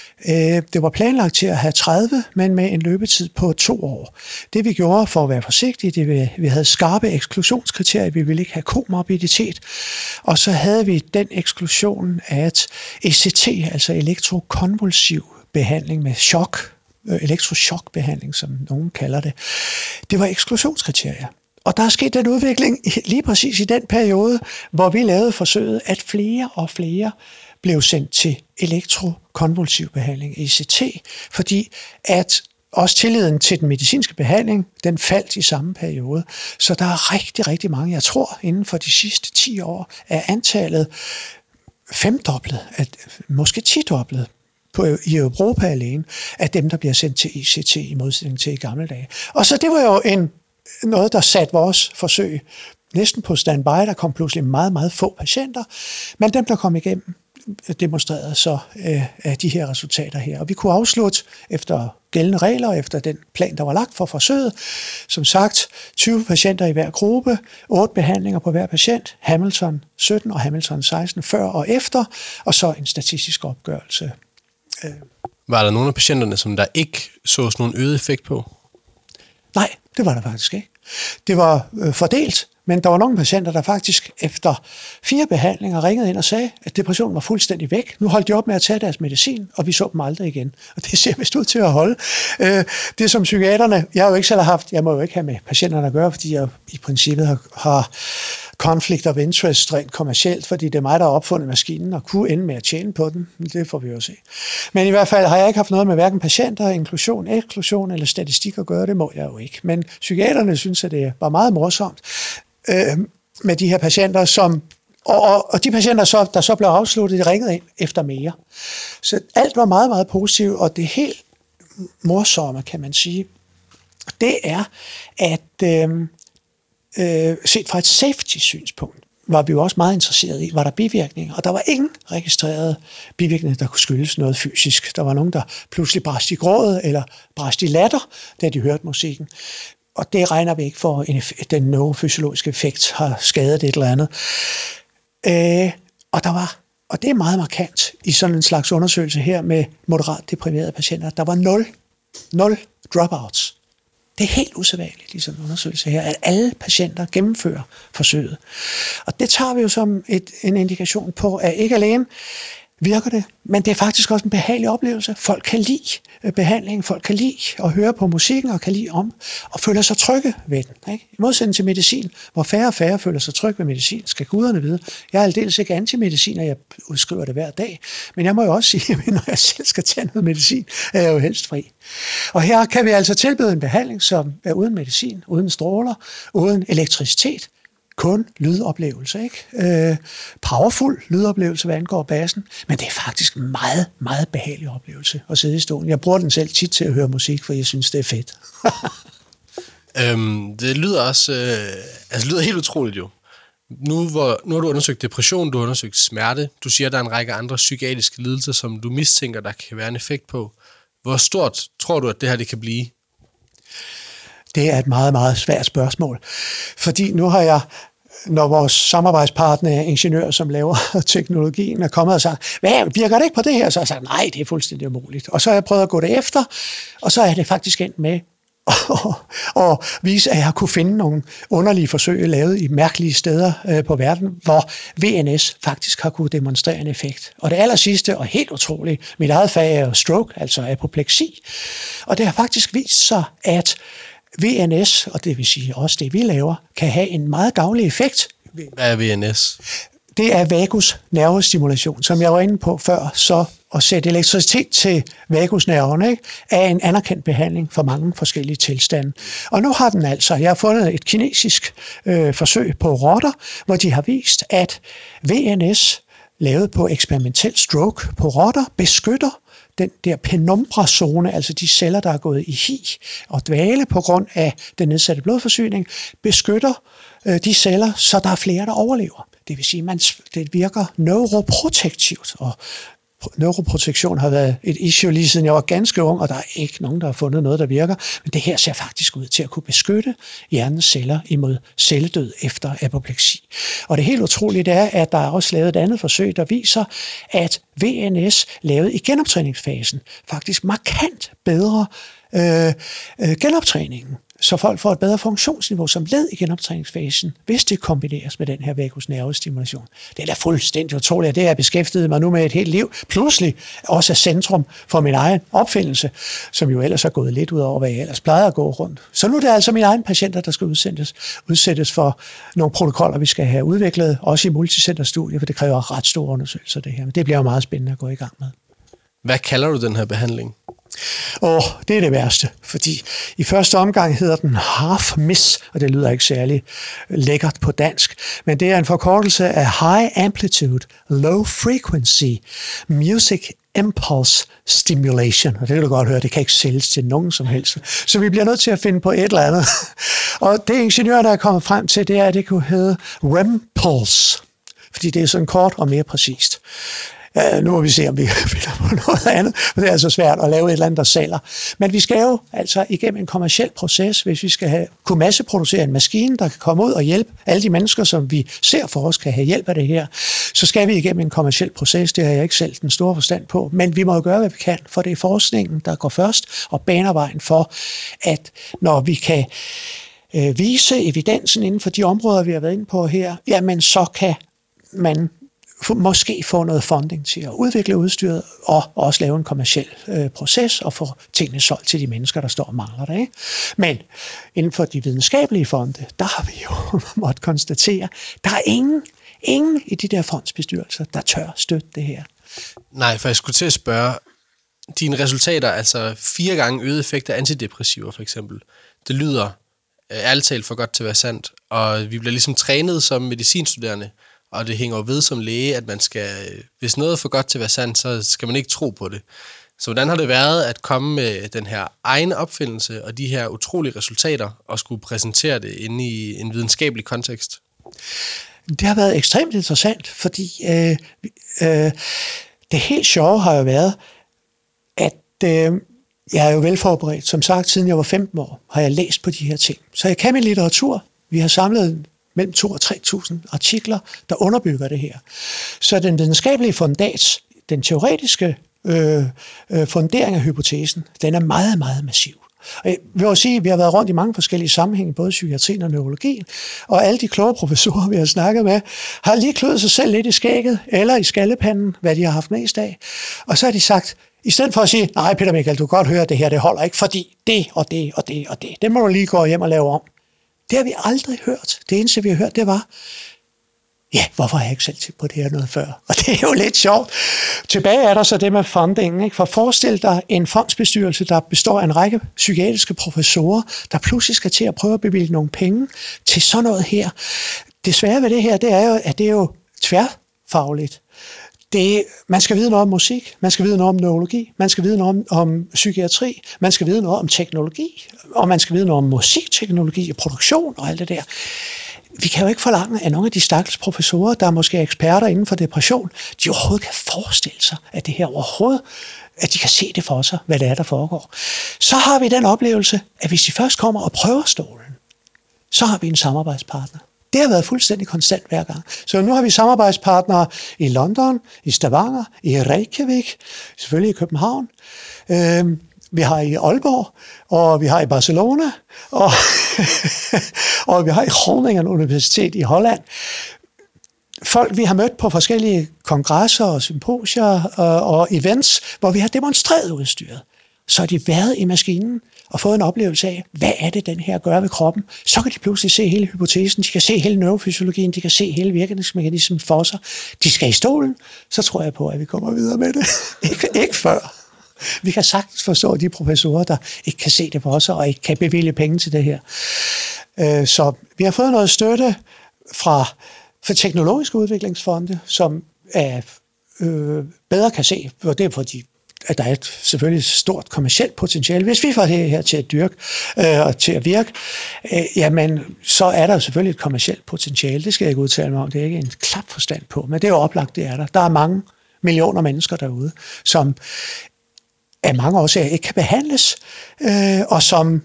Det var planlagt til at have 30, men med en løbetid på 2 år. Det vi gjorde for at være forsigtige, vi havde skarpe eksklusionskriterier, vi ville ikke have komorbiditet, og så havde vi den eksklusion, at ECT, altså elektrokonvulsiv behandling med chok, elektrochokbehandling, som nogen kalder det, det var eksklusionskriterier. Og der er sket den udvikling lige præcis i den periode, hvor vi lavede forsøget, at flere og flere blev sendt til elektrokonvulsiv behandling, ECT, fordi at også tilliden til den medicinske behandling, den faldt i samme periode. Så der er rigtig, rigtig mange, jeg tror, inden for de sidste 10 år, er antallet femdoblet, måske 10-doblet i Europa alene, af dem, der bliver sendt til ECT i modsætning til i gamle dage. Og så det var jo noget, der satte vores forsøg næsten på standby. Der kom pludselig meget, meget få patienter, men dem, der kom igennem, demonstrerede så de her resultater her. Og vi kunne afslutte efter gældende regler, efter den plan, der var lagt for forsøget. Som sagt, 20 patienter i hver gruppe, 8 behandlinger på hver patient, Hamilton 17 og Hamilton 16 før og efter, og så en statistisk opgørelse. Var der nogle af patienterne, som der ikke så nogen øget effekt på? Nej, det var der faktisk ikke. Det var fordelt, men der var nogle patienter, der faktisk efter 4 behandlinger ringede ind og sagde, at depressionen var fuldstændig væk. Nu holdt de op med at tage deres medicin, og vi så dem aldrig igen. Og det ser vist ud til at holde. Det som psykiaterne, jeg har jo ikke selv haft, jeg må jo ikke have med patienterne at gøre, fordi jeg i princippet har conflict of interest rent kommercielt, fordi det er mig, der har opfundet maskinen og kunne ende med at tjene på den. Det får vi jo se. Men i hvert fald har jeg ikke haft noget med hverken patienter, inklusion, eksklusion eller statistik at gøre. Det må jeg jo ikke. Men psykiaterne synes, at det var meget morsomt med de her patienter, som og de patienter, der så blev afsluttet, de ringede ind efter mere. Så alt var meget, meget positivt, og det helt morsomme, kan man sige, det er, at set fra et safety-synspunkt, var vi jo også meget interesseret i, var der bivirkninger, og der var ingen registrerede bivirkninger, der kunne skyldes noget fysisk. Der var nogen, der pludselig brast i gråd, eller brast i latter, da de hørte musikken. Og det regner vi ikke for, at den neurofysiologiske effekt har skadet et eller andet. Og det er meget markant i sådan en slags undersøgelse her med moderat deprimerede patienter. Der var 0 dropouts. Det er helt usædvanligt i sådan en undersøgelse her, at alle patienter gennemfører forsøget. Og det tager vi jo som en indikation på, at ikke alene virker det, men det er faktisk også en behagelig oplevelse. Folk kan lide behandlingen, folk kan lide at høre på musikken og kan lide om og føler sig trygge ved den. Ikke? I modsætning til medicin, hvor færre og færre føler sig trygge ved medicin, skal guderne vide. Jeg er aldeles ikke antimedicin, og jeg udskriver det hver dag. Men jeg må jo også sige, at når jeg selv skal tage noget medicin, er jeg jo helst fri. Og her kan vi altså tilbyde en behandling, som er uden medicin, uden stråler, uden elektricitet, kun lydoplevelse, ikke? Powerful lydoplevelse, hvad angår bassen, men det er faktisk en meget, meget behagelig oplevelse at sidde i stolen. Jeg bruger den selv tit til at høre musik, for jeg synes, det er fedt. Det lyder også lyder helt utroligt jo. Nu har du undersøgt depression, du har undersøgt smerte, du siger, at der er en række andre psykiatriske lidelser, som du mistænker, der kan være en effekt på. Hvor stort tror du, at det her det kan blive? Det er et meget, meget svært spørgsmål. Fordi nu har jeg, når vores samarbejdspartner er ingeniører, som laver teknologien, er kommet og sagt, hvad, virker det ikke på det her? Så har jeg sagt, nej, det er fuldstændig umuligt. Og så har jeg prøvet at gå det efter, og så er det faktisk endt med, og vise, at jeg kunne finde nogle underlige forsøg lavet i mærkelige steder på verden, hvor VNS faktisk har kunne demonstrere en effekt. Og det aller sidste, og helt utroligt, mit eget fag er stroke, altså apopleksi, og det har faktisk vist sig, at VNS, og det vil sige også det, vi laver, kan have en meget gavnlig effekt. Hvad er VNS? Det er vagus nervestimulation, som jeg var inde på før, så at sætte elektricitet til vagusnerverne, ikke, er en anerkendt behandling for mange forskellige tilstande. Og nu har den altså, jeg har fundet et kinesisk forsøg på rotter, hvor de har vist, at VNS, lavet på eksperimentel stroke på rotter, beskytter den der penumbra-zone, altså de celler, der er gået i hi og dvale på grund af den nedsatte blodforsyning, beskytter de celler, så der er flere, der overlever. Det vil sige, at det virker neuroprotektivt, og neuroprotektion har været et issue lige siden jeg var ganske ung, og der er ikke nogen, der har fundet noget, der virker. Men det her ser faktisk ud til at kunne beskytte hjernens celler imod celledød efter apopleksi. Og det helt utrolige er, at der er også lavet et andet forsøg, der viser, at VNS lavet i genoptræningsfasen faktisk markant bedre genoptræningen. Så folk får et bedre funktionsniveau som led i genoptræningsfasen, hvis det kombineres med den her vagusnervestimulation. Det er da fuldstændig utroligt, at det har beskæftiget mig nu med et helt liv. Pludselig også er centrum for min egen opfindelse, som jo ellers er gået lidt ud over, hvad jeg ellers plejede at gå rundt. Så nu er det altså mine egne patienter, der skal udsættes for nogle protokoller, vi skal have udviklet, også i multicenterstudier, for det kræver ret store undersøgelser, det her. Men det bliver jo meget spændende at gå i gang med. Hvad kalder du den her behandling? Det er det værste, fordi i første omgang hedder den HARF-MIS, og det lyder ikke særlig lækkert på dansk, men det er en forkortelse af High Amplitude, Low Frequency Music Impulse Stimulation, og det kan du godt høre, det kan ikke sælges til nogen som helst, så vi bliver nødt til at finde på et eller andet. Og det ingeniør, der er kommet frem til, det er, at det kunne hedde REM-pulse, fordi det er sådan kort og mere præcist. Nu må vi se, om vi finder på noget andet, for det er altså svært at lave et eller andet, der sælger. Men vi skal jo altså igennem en kommerciel proces, hvis vi skal kunne masseproducere en maskine, der kan komme ud og hjælpe alle de mennesker, som vi ser for os, kan have hjælp af det her. Så skal vi igennem en kommerciel proces, det har jeg ikke selv den store forstand på, men vi må jo gøre, hvad vi kan, for det er forskningen, der går først og baner vejen for, at når vi kan vise evidensen inden for de områder, vi har været inde på her, jamen så kan man måske få noget funding til at udvikle udstyret og også lave en kommerciel proces og få tingene solgt til de mennesker, der står og mangler det. Ikke? Men inden for de videnskabelige fonde, der har vi jo måttet konstatere, der er ingen i de der fondsbestyrelser, der tør støtte det her. Nej, for jeg skulle til at spørge, dine resultater, altså 4 gange øget effekt af antidepressiver for eksempel, det lyder ærligt talt for godt til at være sandt, og vi bliver ligesom trænet som medicinstuderende, og det hænger jo ved som læge, at man skal, hvis noget er for godt til at være sandt, så skal man ikke tro på det. Så hvordan har det været at komme med den her egen opfindelse og de her utrolige resultater, og skulle præsentere det inde i en videnskabelig kontekst? Det har været ekstremt interessant, fordi det helt sjove har jo været, at jeg er jo velforberedt. Som sagt, siden jeg var 15 år, har jeg læst på de her ting. Så jeg kan min litteratur. Vi har samlet mellem 2.000 og 3.000 artikler, der underbygger det her. Så den videnskabelige fundats, den teoretiske fundering af hypotesen, den er meget, meget massiv. Og jeg vil også sige, at vi har været rundt i mange forskellige sammenhænge, både psykiatrien og neurologien, og alle de kloge professorer, vi har snakket med, har lige kløet sig selv lidt i skægget, eller i skallepanden, hvad de har haft mest af. Og så har de sagt, i stedet for at sige, nej Peter Michael, du kan godt høre, at det her det holder ikke, fordi det og det og det og det, det må du lige gå hjem og lave om. Det har vi aldrig hørt. Det eneste, vi har hørt, det var, ja, hvorfor har jeg ikke selv tænkt på det her noget før? Og det er jo lidt sjovt. Tilbage er der så det med funding. Ikke? For forestil dig en fondsbestyrelse, der består af en række psykiatriske professorer, der pludselig skal til at prøve at bevilge nogle penge til sådan noget her. Det svære ved det her, det er jo, at det er jo tværfagligt. Man skal vide noget om musik, man skal vide noget om neurologi, man skal vide noget om psykiatri, man skal vide noget om teknologi, og man skal vide noget om musikteknologi og produktion og alt det der. Vi kan jo ikke forlange, at nogle af de stakkels professorer, der er måske eksperter inden for depression, de overhovedet kan forestille sig, at det her overhovedet, at de kan se det for sig, hvad det er, der foregår. Så har vi den oplevelse, at hvis de først kommer og prøver stolen, så har vi en samarbejdspartner. Det har været fuldstændig konstant hver gang. Så nu har vi samarbejdspartnere i London, i Stavanger, i Reykjavik, selvfølgelig i København. vi har i Aalborg, og vi har i Barcelona, og, og vi har i Groningen Universitet i Holland. Folk, vi har mødt på forskellige kongresser og symposier og events, hvor vi har demonstreret udstyret. Så har de været i maskinen og fået en oplevelse af, hvad er det, den her gør ved kroppen. Så kan de pludselig se hele hypotesen, de kan se hele neurofysiologien, de kan se hele virkningsmekanismen for sig. De skal i stolen, så tror jeg på, at vi kommer videre med det. ikke før. Vi kan sagtens forstå de professorer, der ikke kan se det for sig og ikke kan bevilge penge til det her. Så vi har fået noget støtte fra teknologiske udviklingsfonde, som er, bedre kan se, og det er fordi, at der er selvfølgelig et stort kommercielt potentiale. Hvis vi får det her til at dyrke og til at virke, jamen, så er der selvfølgelig et kommercielt potentiale. Det skal jeg ikke udtale mig om. Det er ikke en klap forstand på, men det er jo oplagt, det er der. Der er mange millioner mennesker derude, som af mange årsager ikke kan behandles, og som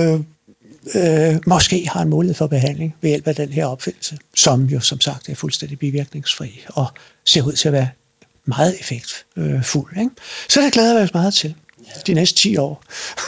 måske har en mulighed for behandling ved hjælp af den her opfindelse, som jo som sagt er fuldstændig bivirkningsfri og ser ud til at være meget effektfuld. Ikke? Så det glæder jeg mig meget til de næste 10 år.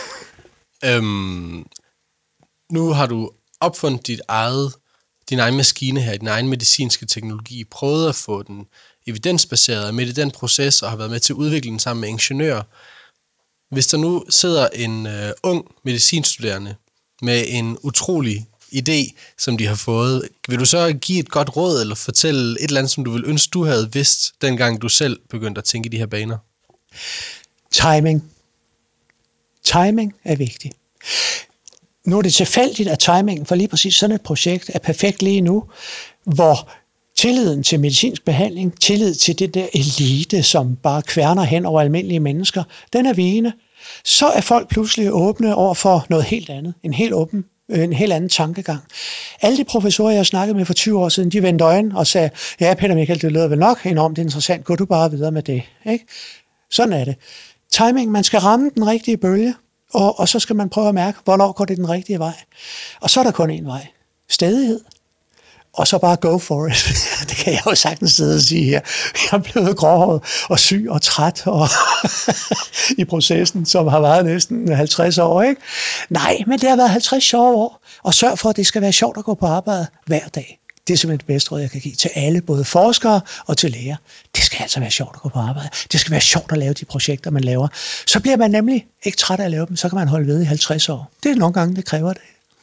Nu har du opfundet din egen maskine her, din egen medicinske teknologi, prøvet at få den evidensbaseret midt i den proces, og har været med til udviklingen sammen med ingeniører. Hvis der nu sidder en ung medicinstuderende med en utrolig idé, som de har fået, vil du så give et godt råd, eller fortælle et eller andet, som du ville ønske, du havde vidst, dengang du selv begyndte at tænke i de her baner? Timing. Timing er vigtig. Nu er det tilfældigt, at timingen for lige præcis sådan et projekt er perfekt lige nu, hvor tilliden til medicinsk behandling, tillid til det der elite, som bare kværner hen over almindelige mennesker, den er vigende. Så er folk pludselig åbne over for noget helt andet. En helt anden tankegang. Alle de professorer, jeg snakkede med for 20 år siden, de vendte øjnene og sagde, ja, Peter Michael, det lyder vel nok enormt interessant, gå du bare videre med det. Ikke? Sådan er det. Timing, man skal ramme den rigtige bølge, og så skal man prøve at mærke, hvornår går det den rigtige vej. Og så er der kun én vej. Stædighed. Og så bare go for it. Det kan jeg jo sagtens sidde og sige her. Jeg er blevet gråhåret og syg og træt og i processen, som har været næsten 50 år. Ikke? Nej, men det har været 50 sjove år. Og sørg for, at det skal være sjovt at gå på arbejde hver dag. Det er simpelthen det bedste råd, jeg kan give til alle, både forskere og til læger. Det skal altså være sjovt at gå på arbejde. Det skal være sjovt at lave de projekter, man laver. Så bliver man nemlig ikke træt af at lave dem, så kan man holde ved i 50 år. Det er nogle gange, det kræver det.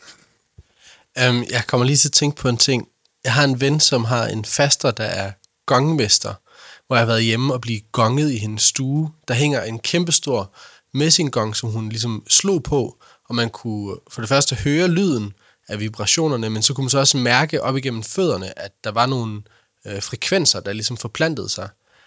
Jeg kommer lige til at tænke på en ting. Jeg har en ven, som har en faster, der er gongmester, hvor jeg har været hjemme og blive gonget i hendes stue. Der hænger en kæmpestor messinggong, som hun ligesom slog på, og man kunne for det første høre lyden af vibrationerne, men så kunne man så også mærke op igennem fødderne, at der var nogle frekvenser, der ligesom forplantede sig.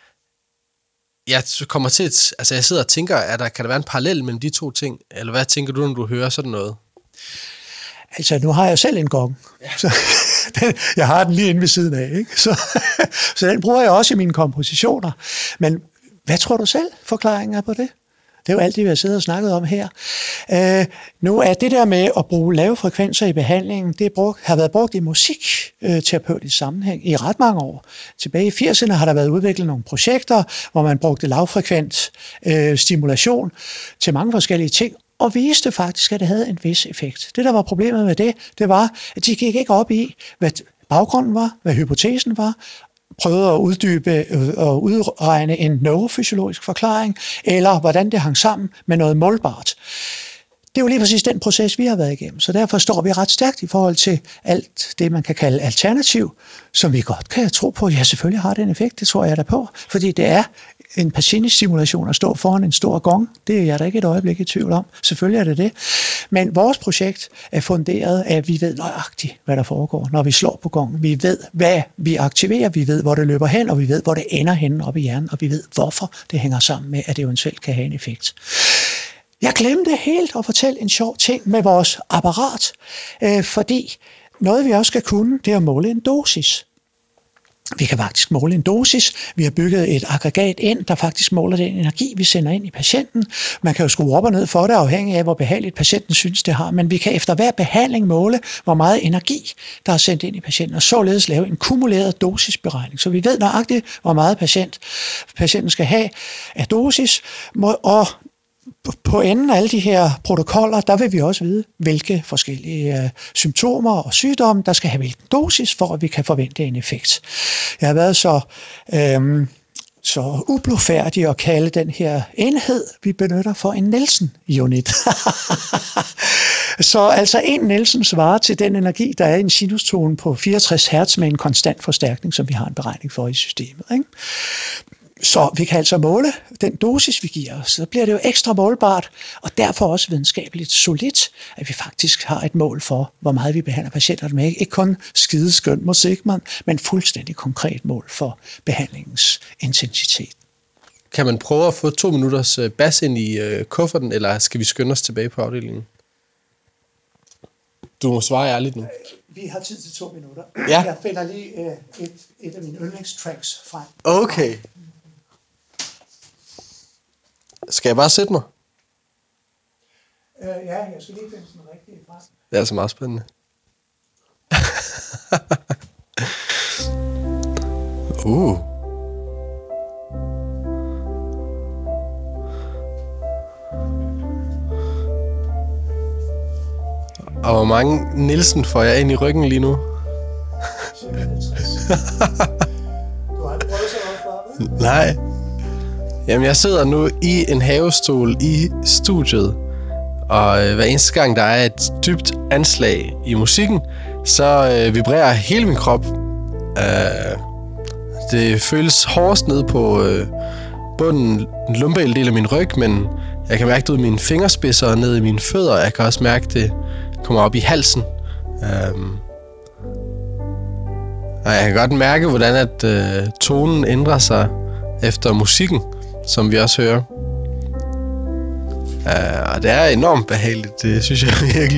Jeg kommer til jeg sidder og tænker, kan der være en parallel mellem de to ting, eller hvad tænker du, når du hører sådan noget? Altså, nu har jeg selv en gong. Ja. Så, jeg har den lige inde ved siden af, ikke? Så den bruger jeg også i mine kompositioner. Men hvad tror du selv, forklaringen er på det? Det er jo alt det, vi har siddet og snakket om her. Nu er det der med at bruge lave frekvenser i behandlingen, har været brugt i musikterapeutisk sammenhæng i ret mange år. Tilbage i 80'erne har der været udviklet nogle projekter, hvor man brugte lavfrekvent stimulation til mange forskellige ting, og viste faktisk, at det havde en vis effekt. Det, der var problemet med det var, at de gik ikke op i, hvad baggrunden var, hvad hypotesen var, prøvede at uddybe og udregne en neurofysiologisk forklaring, eller hvordan det hang sammen med noget målbart. Det er jo lige præcis den proces, vi har været igennem, så derfor står vi ret stærkt i forhold til alt det, man kan kalde alternativ, som vi godt kan tro på, ja, selvfølgelig har det en effekt, det tror jeg da på, fordi det er en Pacini-stimulation at stå foran en stor gong. Det er jeg da ikke et øjeblik i tvivl om. Selvfølgelig er det det. Men vores projekt er funderet af, at vi ved nøjagtigt, hvad der foregår, når vi slår på gongen. Vi ved, hvad vi aktiverer, vi ved, hvor det løber hen, og vi ved, hvor det ender hen op i hjernen, og vi ved, hvorfor det hænger sammen med, at det eventuelt kan have en effekt. Jeg glemte helt at fortælle en sjov ting med vores apparat, fordi noget vi også skal kunne, det er at måle en dosis. Vi kan faktisk måle en dosis. Vi har bygget et aggregat ind, der faktisk måler den energi, vi sender ind i patienten. Man kan jo skrue op og ned for det, afhængig af, hvor behageligt patienten synes, det har. Men vi kan efter hver behandling måle, hvor meget energi, der er sendt ind i patienten, og således lave en kumuleret dosisberegning. Så vi ved nøjagtigt, hvor meget patienten skal have af dosis, og på enden af alle de her protokoller, der vil vi også vide, hvilke forskellige symptomer og sygdomme, der skal have hvilken dosis, for at vi kan forvente en effekt. Jeg har været så ublufærdig at kalde den her enhed, vi benytter for en Nielsen-unit. Så altså en Nielsen svarer til den energi, der er i en sinustone på 64 Hz med en konstant forstærkning, som vi har en beregning for i systemet. Ikke? Så vi kan altså måle den dosis, vi giver os. Så bliver det jo ekstra målbart, og derfor også videnskabeligt solidt, at vi faktisk har et mål for, hvor meget vi behandler patienterne med. Ikke kun skideskøn musik, men fuldstændig konkret mål for behandlingens intensitet. Kan man prøve at få 2 minutters bas ind i kufferten, eller skal vi skynde os tilbage på afdelingen? Du må svare ærligt nu. Vi har tid til 2 minutter. Ja. Jeg finder lige et af mine yndlingstracks frem. Okay. Skal jeg bare sætte mig? Ja, jeg skal lige finde den rigtige frem. Det er altså meget spændende. Og hvor mange Nielsen får jeg ind i ryggen lige nu? Du har aldrig prøvet så noget før, Nej. Jamen, jeg sidder nu i en havestol i studiet, og hver eneste gang, der er et dybt anslag i musikken, så vibrerer hele min krop. Det føles hårdest ned på bunden, den lumbale del af min ryg, men jeg kan mærke det ud i mine fingerspidser og ned i mine fødder. Jeg kan også mærke det kommer op i halsen. Og jeg kan godt mærke, hvordan at tonen ændrer sig efter musikken, som vi også hører. Og det er enormt behageligt, det synes jeg virkelig.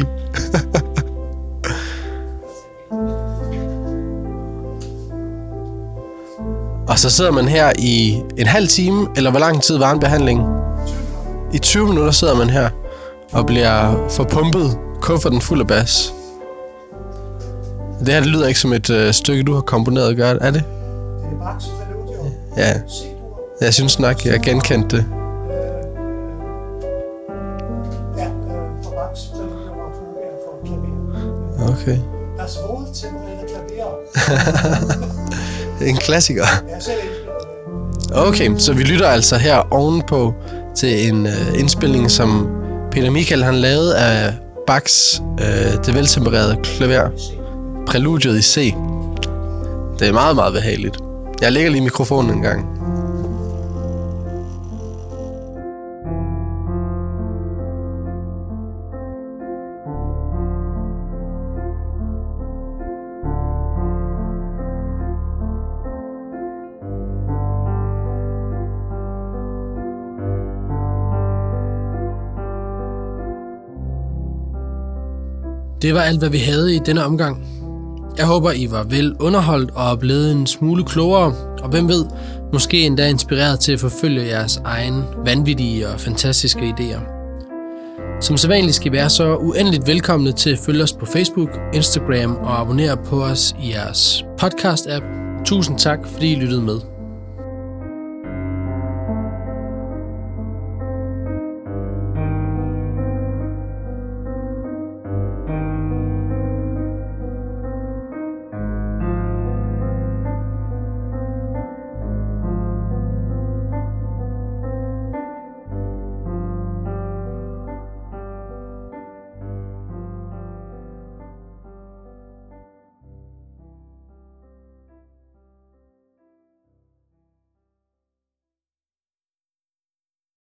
Og så sidder man her i en halv time, eller hvor lang tid var en behandling? I 20 minutter sidder man her og bliver forpumpet kufferten fuld af bas. Det her det lyder ikke som et stykke, du har komponeret, gør det? Er det? Det er Bachs Præludium. Ja. Jeg synes nok, jeg genkendte det. Ja, for Bachs Præludium og Fuga for klaver. Okay. Das Wohltempererte Klaver. Det er en klassiker. Jeg selv indspiller det. Okay, så vi lytter altså her ovenpå til en indspilning, som Peter Michael han lavede af Bachs det veltempererede klaver, Præludiet i C. Det er meget, meget behageligt. Jeg lægger lige mikrofonen en gang. Det var alt, hvad vi havde i denne omgang. Jeg håber, I var vel underholdt og blevet en smule klogere, og hvem ved, måske endda inspireret til at forfølge jeres egen vanvittige og fantastiske idéer. Som sædvanligt skal I være så uendeligt velkomne til at følge os på Facebook, Instagram og abonnere på os i jeres podcast-app. Tusind tak, fordi I lyttede med.